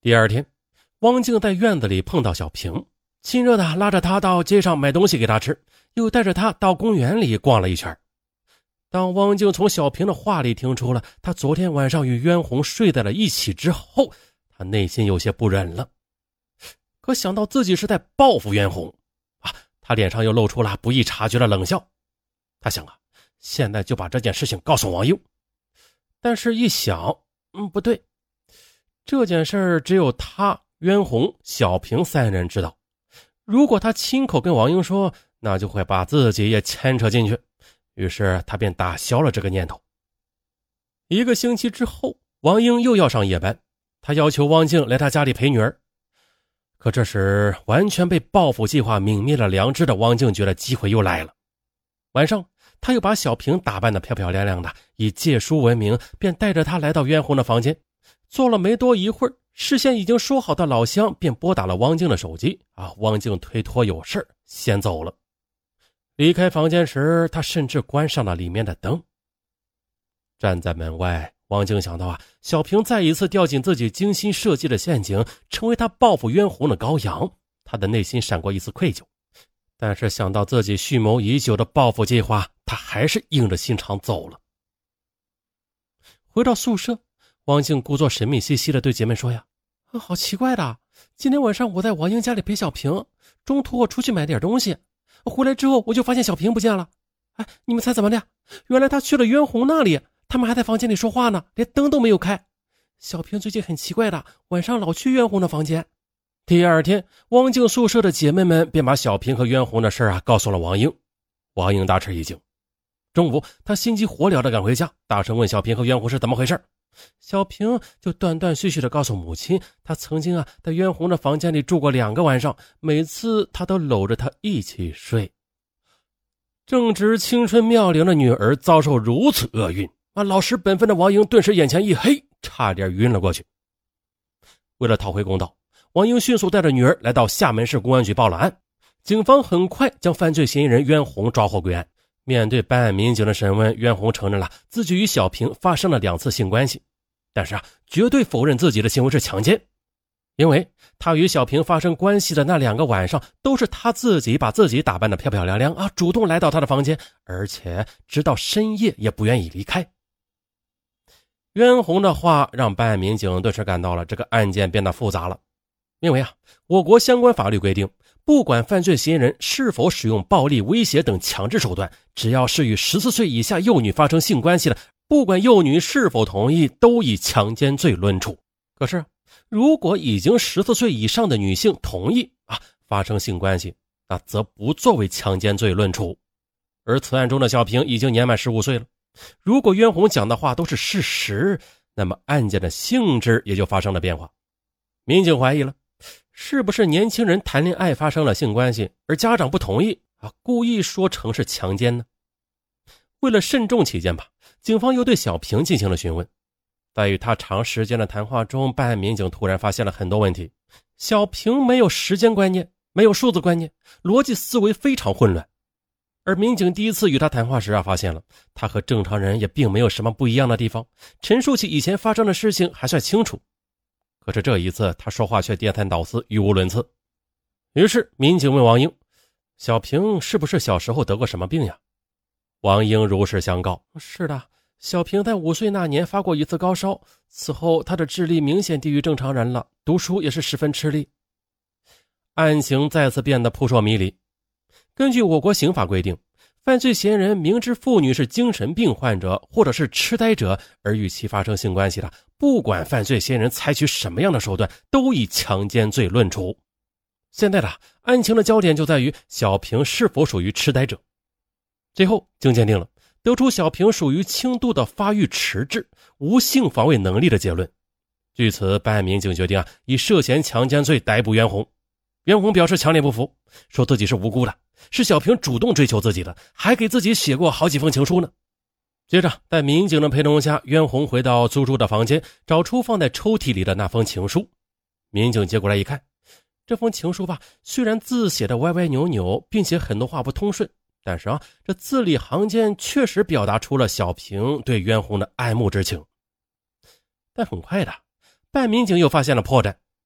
第二天，汪静在院子里碰到小平，亲热的拉着他到街上买东西给他吃，又带着他到公园里逛了一圈。当汪静从小平的话里听出了他昨天晚上与渊红睡在了一起之后，他内心有些不忍了。可想到自己是在报复渊红他脸上又露出了不易察觉的冷笑。他想现在就把这件事情告诉王英。但是一想，不对，这件事只有他、渊红、小平三人知道。如果他亲口跟王英说，那就会把自己也牵扯进去。于是他便打消了这个念头。1个星期之后，王英又要上夜班，他要求汪静来他家里陪女儿。可这时完全被报复计划泯灭了良知的汪静觉得机会又来了。晚上他又把小平打扮得漂漂亮亮的，以借书闻名，便带着她来到渊红的房间。坐了没多一会儿，事先已经说好的老乡便拨打了汪静的手机汪静推脱有事先走了。离开房间时，他甚至关上了里面的灯。站在门外，汪静想到小平再一次掉进自己精心设计的陷阱，成为他报复渊红的羔羊。他的内心闪过一丝愧疚，但是想到自己蓄谋已久的报复计划，他还是硬着心肠走了。回到宿舍，汪静故作神秘兮兮地对姐妹说好奇怪的，今天晚上我在王英家里陪小平，中途我出去买点东西，回来之后我就发现小平不见了。你们猜怎么的？原来他去了渊红那里，他们还在房间里说话呢，连灯都没有开。小平最近很奇怪的，晚上老去渊红的房间。第二天，汪静宿舍的姐妹们便把小平和渊红的事告诉了王英。王英大吃一惊。中午，她心急火燎地赶回家，大声问小平和渊红是怎么回事。小平就断断续续地告诉母亲，她曾经在渊红的房间里住过2个晚上，每次她都搂着她一起睡。正值青春妙龄的女儿遭受如此厄运，老实本分的王英顿时眼前一黑，差点晕了过去。为了讨回公道，王英迅速带着女儿来到厦门市公安局报了案。警方很快将犯罪嫌疑人渊红抓获归案。面对办案民警的审问，渊红承认了自己与小平发生了2次性关系，但是绝对否认自己的行为是强奸。因为他与小平发生关系的那2个晚上，都是他自己把自己打扮得漂漂亮亮主动来到他的房间，而且直到深夜也不愿意离开。渊红的话让办案民警顿时感到了这个案件变得复杂了。因为我国相关法律规定，不管犯罪嫌疑人是否使用暴力、威胁等强制手段，只要是与14岁以下幼女发生性关系的，不管幼女是否同意，都以强奸罪论处。可是如果已经14岁以上的女性同意发生性关系，那则不作为强奸罪论处。而此案中的小平已经年满15岁了，如果渊红讲的话都是事实，那么案件的性质也就发生了变化。民警怀疑了，是不是年轻人谈恋爱发生了性关系，而家长不同意故意说成是强奸呢？为了慎重起见警方又对小平进行了询问。在与他长时间的谈话中，办案民警突然发现了很多问题。小平没有时间观念，没有数字观念，逻辑思维非常混乱。而民警第一次与他谈话时发现了他和正常人也并没有什么不一样的地方，陈述起以前发生的事情还算清楚。可是这一次他说话却颠三倒四，语无伦次。于是民警问王英，小平是不是小时候得过什么病呀？王英如实相告，是的，小平在5岁那年发过1次高烧，此后他的智力明显低于正常人了，读书也是十分吃力。案情再次变得扑朔迷离。根据我国刑法规定，犯罪嫌疑人明知妇女是精神病患者或者是痴呆者而与其发生性关系的，不管犯罪嫌疑人采取什么样的手段，都以强奸罪论处。现在的案情的焦点就在于小平是否属于痴呆者。最后经鉴定了，得出小平属于轻度的发育迟滞、无性防卫能力的结论。据此，办案民警决定以涉嫌强奸罪逮捕渊红。渊红表示强烈不服，说自己是无辜的，是小平主动追求自己的，还给自己写过好几封情书呢。接着在民警的陪同下，渊红回到租住的房间，找出放在抽屉里的那封情书。民警接过来一看，这封情书虽然字写的歪歪扭扭，并且很多话不通顺，但是这字里行间确实表达出了小平对渊红的爱慕之情。但很快的，办案民警又发现了破绽，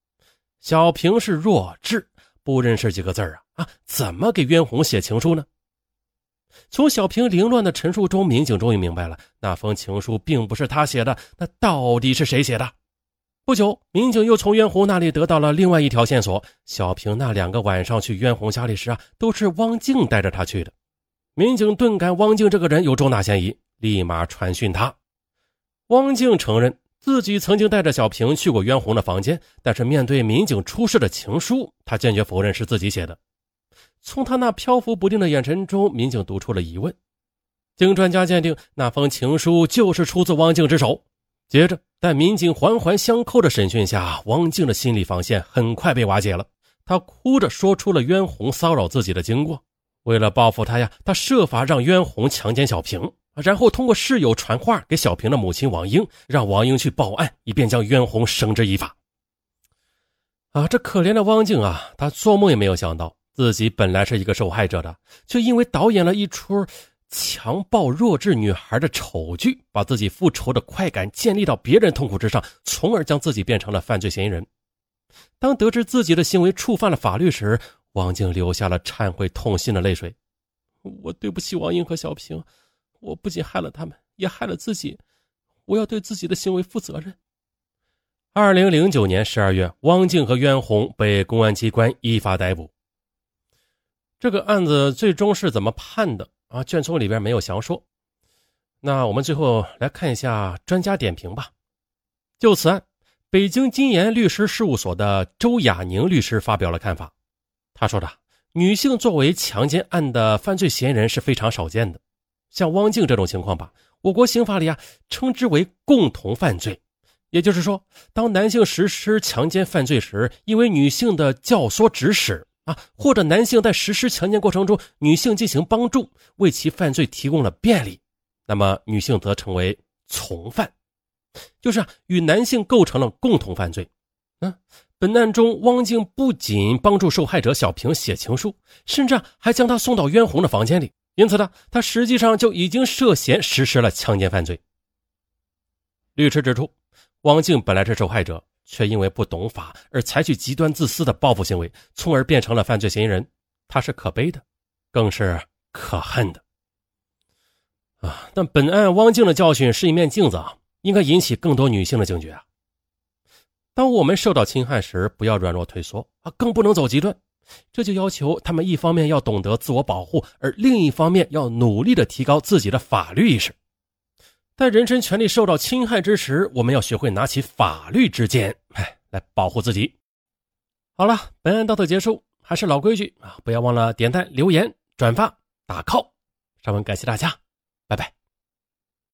小平是弱智，不认识几个字怎么给冤红写情书呢？从小平凌乱的陈述中，民警终于明白了，那封情书并不是他写的，那到底是谁写的？不久，民警又从冤红那里得到了另外一条线索，小平那2个晚上去冤红家里时都是汪静带着他去的。民警顿感汪静这个人有重大嫌疑，立马传讯他。汪静承认自己曾经带着小平去过冤红的房间，但是面对民警出示的情书，他坚决否认是自己写的。从他那漂浮不定的眼神中，民警读出了疑问。经专家鉴定，那封情书就是出自汪静之手。接着在民警环环相扣的审讯下，汪静的心理防线很快被瓦解了。他哭着说出了冤红骚扰自己的经过。为了报复他他设法让冤红强奸小平，然后通过室友传话给小平的母亲王英，让王英去报案，以便将冤红绳之以法。这可怜的汪静他做梦也没有想到，自己本来是一个受害者的，却因为导演了一出强暴弱智女孩的丑剧，把自己复仇的快感建立到别人痛苦之上，从而将自己变成了犯罪嫌疑人。当得知自己的行为触犯了法律时，汪静流下了忏悔痛心的泪水。我对不起王英和小平，我不仅害了他们，也害了自己，我要对自己的行为负责任。2009年12月，汪静和冤红被公安机关依法逮捕。这个案子最终是怎么判的卷宗里边没有详说。那我们最后来看一下专家点评吧。就此案，北京金研律师事务所的周雅宁律师发表了看法。他说的，女性作为强奸案的犯罪嫌疑人是非常少见的。像汪静这种情况吧，我国刑法里称之为共同犯罪。也就是说，当男性实施强奸犯罪时，因为女性的教唆指使或者男性在实施强奸过程中，女性进行帮助，为其犯罪提供了便利，那么女性则成为从犯，就是与男性构成了共同犯罪。本案中，汪静不仅帮助受害者小平写情书，甚至还将她送到冤红的房间里，因此她实际上就已经涉嫌实施了强奸犯罪。律师指出，汪静本来是受害者，却因为不懂法而采取极端自私的报复行为，从而变成了犯罪嫌疑人。他是可悲的，更是可恨的。但本案汪静的教训是一面镜子应该引起更多女性的警觉当我们受到侵害时，不要软弱退缩更不能走极端。这就要求他们一方面要懂得自我保护，而另一方面要努力地提高自己的法律意识。在人身权利受到侵害之时，我们要学会拿起法律之剑来保护自己。好了，本案到此结束，还是老规矩不要忘了点赞、留言、转发、打 call。上文感谢大家，